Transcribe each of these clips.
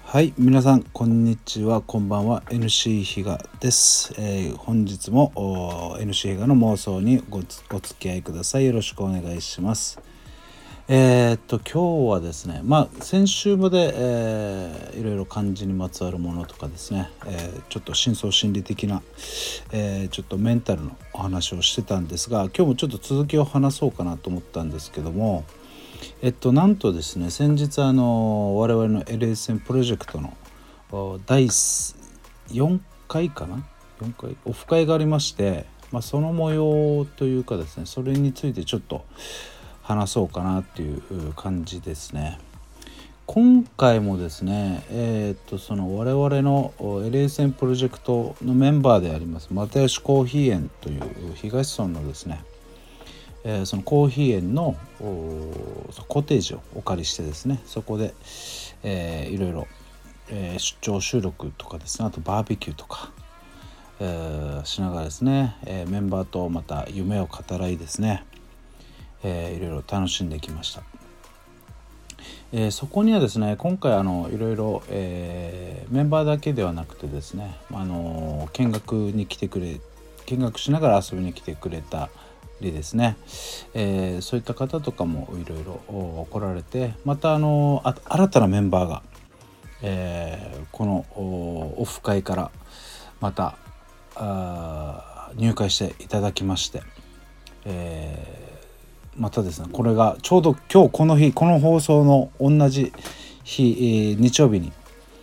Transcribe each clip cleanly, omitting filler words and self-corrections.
はい、皆さんこんにちは、こんばんは。 NC 比嘉です。本日もNC 比嘉の妄想にお付き合いください。よろしくお願いします。今日はですね、先週まで、いろいろ漢字にまつわるものとかですね、ちょっと深層心理的な、ちょっとメンタルのお話をしてたんですが、今日もちょっと続きを話そうかなと思ったんですけども、なんとですね、先日我々の LSM プロジェクトの第4回かな4回オフ会がありまして、その模様というかですね、それについてちょっと話そうかなっていう感じですね。今回もですね、その我々の LSM プロジェクトのメンバーであります又吉コーヒー園という東村のですね、そのコーヒー園のコテージをお借りしてですね、そこで、いろいろ、出張収録とかですね、あとバーベキューとか、しながらですね、メンバーとまた夢を語らいですね、いろいろ楽しんできました。そこにはですね、今回いろいろ、メンバーだけではなくてですね、見学しながら遊びに来てくれたりですね、そういった方とかもいろいろ来られて、また新たなメンバーが、このオフ会からまた入会していただきまして、またですね、これがちょうど今日この日、この放送の同じ日、日曜日に、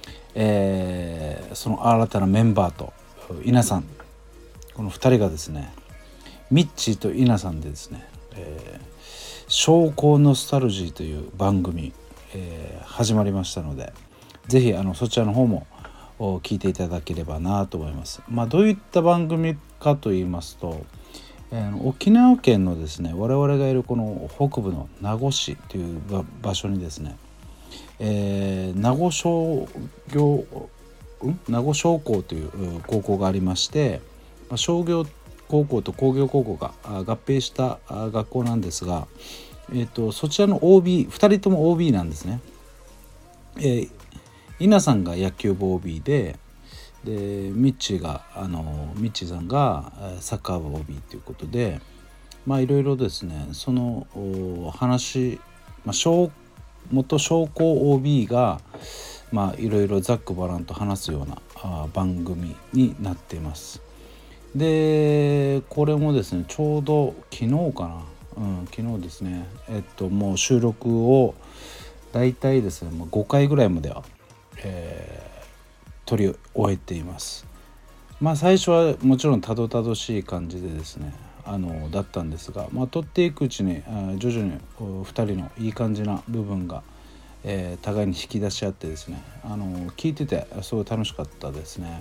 その新たなメンバーと稲さん、この2人がですね、ミッチーと稲さんでですね、商工ノスタルジーという番組、始まりましたので、ぜひそちらの方も聞いていただければなと思います。どういった番組かと言いますと、沖縄県のですね、我々がいるこの北部の名護市という場所にですね、名護商工という高校がありまして、商業高校と工業高校が合併した学校なんですが、そちらの OB2 人とも OB なんですね。稲さんが野球部 OB でミッチーさんがサッカー部 OB ということで、いろいろですね、その話、元商工 OB がいろいろざっくばらんと話すような番組になっています。でこれもですね、ちょうど昨日かな、昨日ですね、もう収録をだいたいですね、5回ぐらいまでは、撮り終えています。最初はもちろんたどたどしい感じでですね、だったんですが、撮っていくうちに徐々に2人のいい感じな部分が、互いに引き出し合ってですね、聞いててすごい楽しかったですね。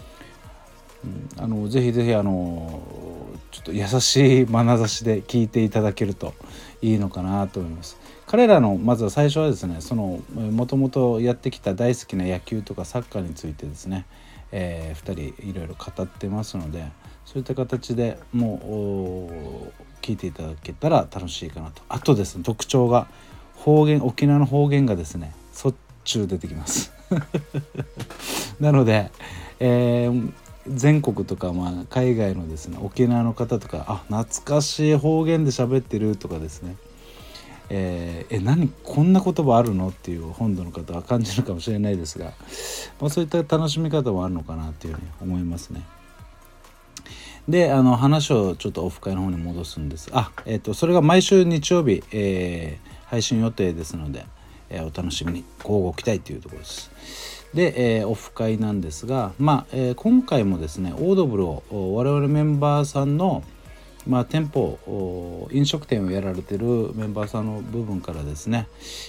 ぜひぜひちょっと優しい眼差しで聞いていただけるといいのかなと思います。彼らのまずは最初はですね、そのもともとやってきた大好きな野球とかサッカーについてですね、2人いろいろ語ってますので、そういった形でもう聞いていただけたら楽しいかなと。あとですね、特徴が沖縄の方言がですね、しょっちゅう出てきますなので、全国とか海外のですね、沖縄の方とか、懐かしい方言で喋ってるとかですね、何こんな言葉あるのっていう本土の方は感じるかもしれないですが、そういった楽しみ方もあるのかなっていうふうに思いますね。で話をちょっとオフ会の方に戻すんです。それが毎週日曜日、配信予定ですので、お楽しみに乞うご期待というところです。で、オフ会なんですが、今回もですね、オードブルを我々メンバーさんの、店舗飲食店をやられてるメンバーさんの部分からですね、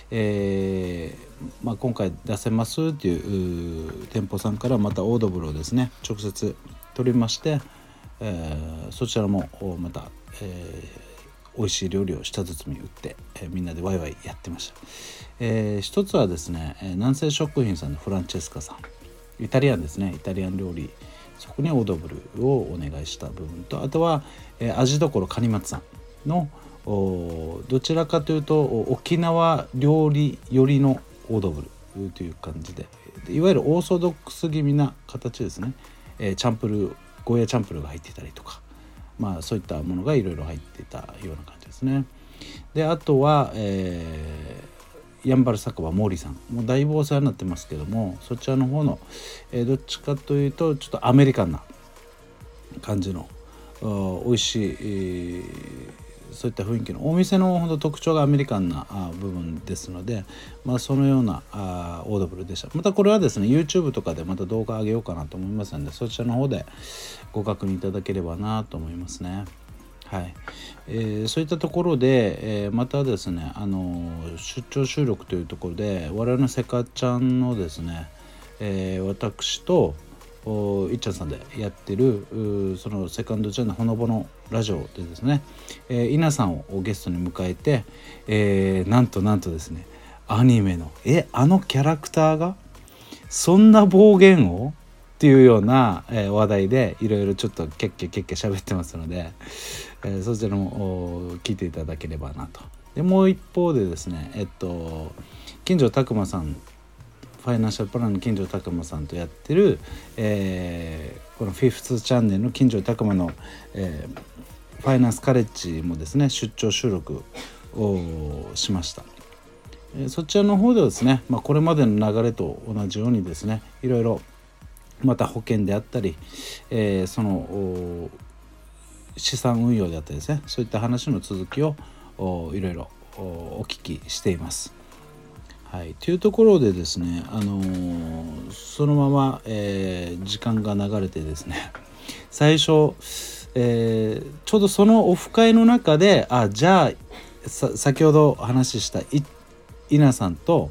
今回出せますっていう店舗さんからまたオードブルをですね直接取りまして、そちらもまた、美味しい料理を舌包み打って、みんなでワイワイやってました。一つはですね、南西食品さんのフランチェスカさん、イタリアンですね、イタリアン料理、そこにオードブルをお願いした部分と、あとは、味どころカニマツさんのどちらかというと沖縄料理寄りのオードブルという感じでいわゆるオーソドックス気味な形ですね、チャンプルー、ゴーヤチャンプルーが入ってたりとか、そういったものがいろいろ入ってたような感じですね。であとは、やんばる酒場毛利さんもうだいぶお世話になってますけども、そちらの方の、どっちかというとちょっとアメリカンな感じの美味しい、そういった雰囲気のお店のほんと特徴がアメリカンな部分ですので、そのようなオードブルでした。またこれはですね YouTube とかでまた動画上げようかなと思いますので、そちらの方でご確認いただければなと思いますね。はい、そういったところで、またですね出張収録というところで我々のセカちゃんのですね、私といっちゃんさんでやってるそのセカンドチャンネルほのぼのラジオでですね、稲さんをゲストに迎えて、なんとですねアニメのあのキャラクターがそんな暴言をっていうような、話題でいろいろちょっとキャッキャ喋ってますので、そちらも聞いていただければなと。でもう一方でですね金城拓磨さん、ファイナンシャルプランの金城拓磨さんとやってる、このフィフスチャンネルの金城拓磨の、ファイナンスカレッジもですね出張収録をしました。そちらの方ではですね、これまでの流れと同じようにですねいろいろまた保険であったり、その資産運用であったりですね、そういった話の続きをいろいろお聞きしています。はい、というところでですね、そのまま、時間が流れてですね最初、ちょうどそのオフ会の中でじゃあ先ほど話した稲さんと、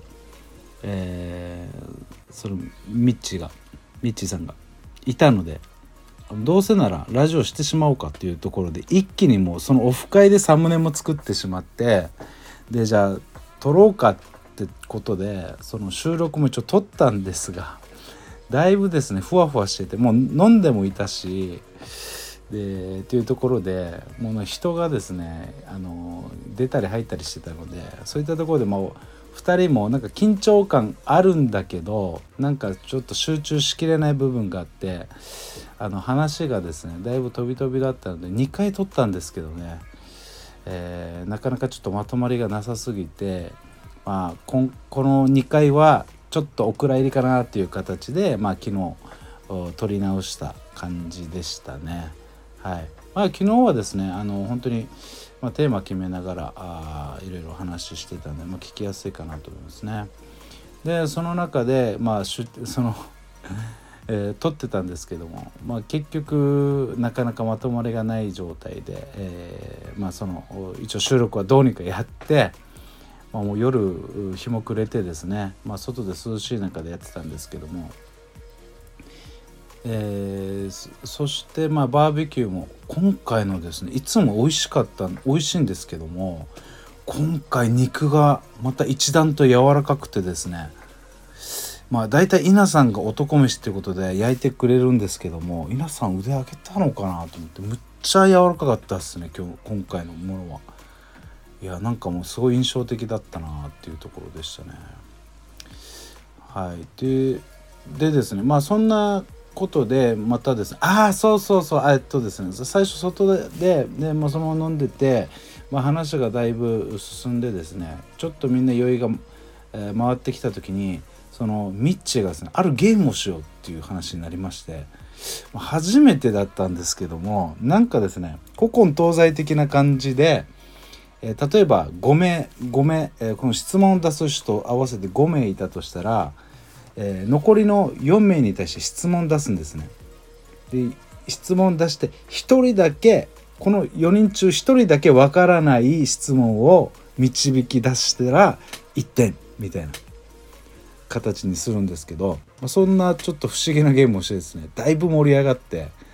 そのミッチーさんがいたので、どうせならラジオしてしまおうかっていうところで一気にもうそのオフ会でサムネも作ってしまって、でじゃあ撮ろうかってことでその収録も一応撮ったんですが、だいぶですねふわふわしてて、もう飲んでもいたしでっていうところでもう人がですね出たり入ったりしてたので、そういったところで2人もなんか緊張感あるんだけどなんかちょっと集中しきれない部分があって、話がですねだいぶ飛び飛びだったので2回撮ったんですけどね、なかなかちょっとまとまりがなさすぎて、この2回はちょっとお蔵入りかなっていう形で、昨日撮り直した感じでしたね。はい、昨日はですね本当にテーマ決めながらいろいろ話してたんで、聞きやすいかなと思いますね。でその中で撮ってたんですけども、結局なかなかまとまりがない状態で、一応収録はどうにかやって、もう夜日も暮れてですね、外で涼しい中でやってたんですけども、そしてバーベキューも今回のですねいつも美味しいんですけども、今回肉がまた一段と柔らかくてですね、だいたい稲さんが男飯っていうことで焼いてくれるんですけども、稲さん腕上げたのかなと思ってむっちゃ柔らかかったですね今回のものは。いやなんかもうすごい印象的だったなっていうところでしたね。はい、でですねそんなことでまたですねそうですね最初外でそのまま飲んでて、話がだいぶ進んでですねちょっとみんな酔いが、回ってきた時にそのミッチーがですねあるゲームをしようっていう話になりまして、初めてだったんですけどもなんかですね古今東西的な感じで、例えば5名、この質問を出す人と合わせて5名いたとしたら、残りの4名に対して質問出すんですね。で質問出して1人だけこの4人中1人だけわからない質問を導き出したら1点みたいな形にするんですけど、そんなちょっと不思議なゲームをしてですねだいぶ盛り上がって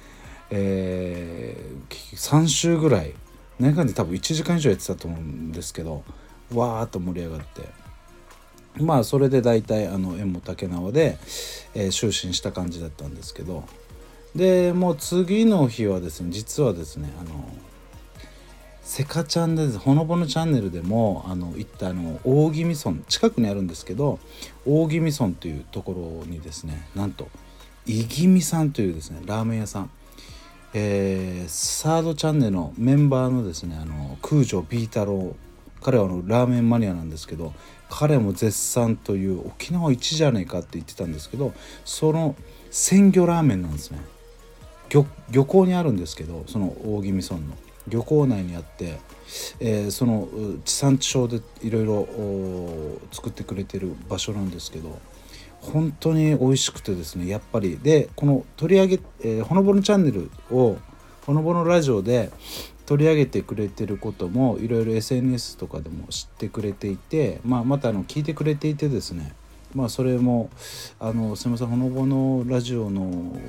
、3週ぐらい年間で多分1時間以上やってたと思うんですけど、わーっと盛り上がって、それで大体縁も竹縄で、就寝した感じだったんですけど、でもう次の日はですね実はですねセカチャンでほのぼのチャンネルでも行った大宜味村近くにあるんですけど、大宜味村というところにですね、なんといぎみさんというですねラーメン屋さん、サードチャンネルのメンバーのですね空城 B 太郎、彼はラーメンマニアなんですけど、彼も絶賛という沖縄一じゃねえかって言ってたんですけど、その鮮魚ラーメンなんですね。漁港にあるんですけど、その大宜味村の漁港内にあって、その地産地消でいろいろ作ってくれてる場所なんですけど、本当に美味しくてですね、やっぱりでこの取り上げ、ほのぼのチャンネルをほのぼのラジオで取り上げてくれてることもいろいろ SNS とかでも知ってくれていて、また聞いてくれていてですね、それもすいません、ほのぼのラジオの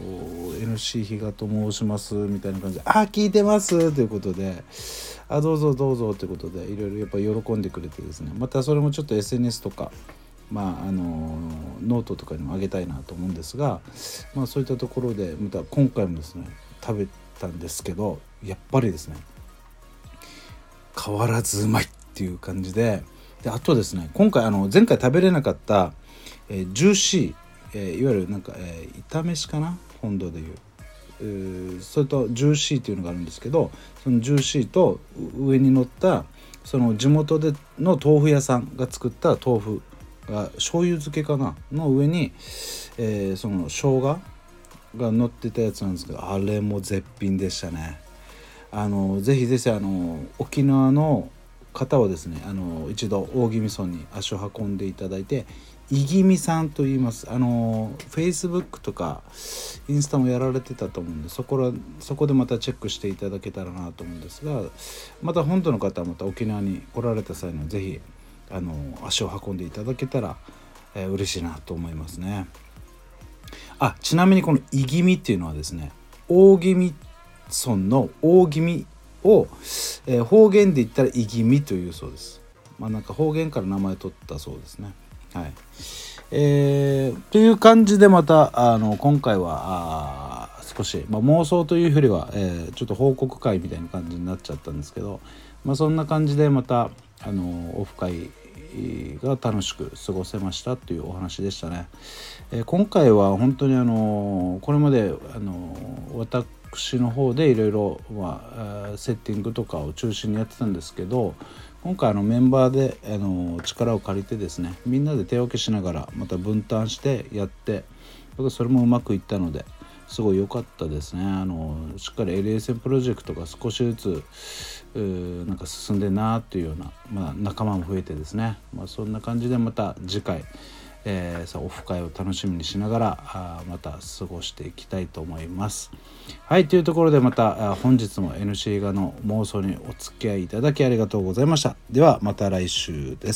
NC 比嘉と申しますみたいな感じで聞いてますということで、どうぞどうぞということでいろいろやっぱ喜んでくれてですね、またそれもちょっと SNS とかノートとかにもあげたいなと思うんですが、そういったところでまた今回もですね食べたんですけど、やっぱりですね変わらずうまいっていう感じで、あとですね、今回前回食べれなかった、ジューシー、いわゆる炒飯かな、本土でいうそれとジューシーというのがあるんですけど、そのジューシーと上に乗ったその地元での豆腐屋さんが作った豆腐が醤油漬けかなの上に、その生姜が乗ってたやつなんですけど、あれも絶品でしたね。ぜひぜひ沖縄の方はですね一度大宜味村に足を運んでいただいて、いぎみさんと言います。Facebook とかインスタもやられてたと思うんで、そこでまたチェックしていただけたらなと思うんですが、また本土の方はまた沖縄に来られた際にはぜひ足を運んでいただけたら、嬉しいなと思いますね。ちなみにこのいぎみっていうのはですね、大宜味村の大宜味を、方言で言ったらいぎみというそうです。方言から名前取ったそうですね。はい。という感じでまた今回は少し、妄想というよりは、ちょっと報告会みたいな感じになっちゃったんですけど、そんな感じでまたオフ会が楽しく過ごせましたというお話でしたね。今回は本当にこれまで私の方でいろいろセッティングとかを中心にやってたんですけど、今回メンバーで力を借りてですね、みんなで手分けしながらまた分担してやって、それもうまくいったのですごい良かったですね。しっかり LSM プロジェクトが少しずつ進んでなというような、仲間も増えてですね、そんな感じでまた次回、オフ会を楽しみにしながらまた過ごしていきたいと思います。はい、というところでまた本日も NC 画の妄想にお付き合いいただきありがとうございました。ではまた来週です。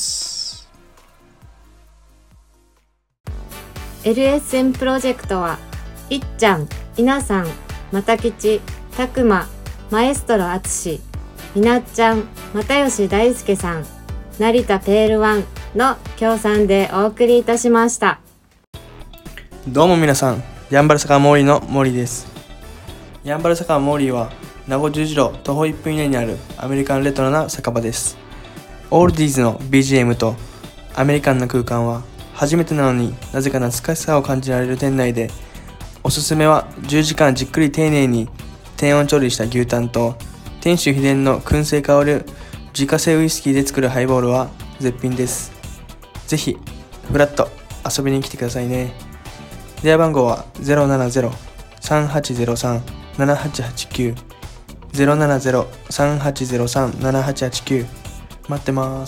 LSM プロジェクトはいっちゃん、いなさん、またきち、たくま、マエストロあつし、みなっちゃん、又吉大輔さん、成田ペールワンの協賛でお送りいたしました。 どうも皆さん、やんばる坂モーリーのモーリーです。やんばる坂モーリーは名護十字路徒歩1分以内にあるアメリカンレトロな酒場です。オールディーズの BGM とアメリカンな空間は初めてなのになぜか懐かしさを感じられる店内で、おすすめは10時間じっくり丁寧に低温調理した牛タンと店主秘伝の燻製香る自家製ウイスキーで作るハイボールは絶品です。ぜひフラッと遊びに来てくださいね。電話番号は 070-3803-7889 070-3803-7889 待ってます。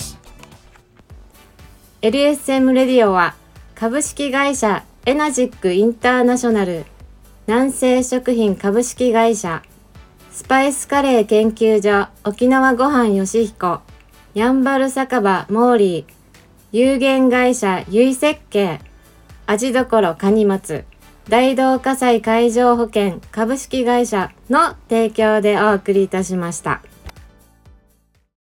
LSM レディオは株式会社エナジックインターナショナル、南西食品株式会社、スパイスカレー研究所沖縄ごはんよしひこ、やんばる酒場モーリー、有限会社ゆい設計、味どころかにまつ、大同火災海上保険株式会社の提供でお送りいたしました。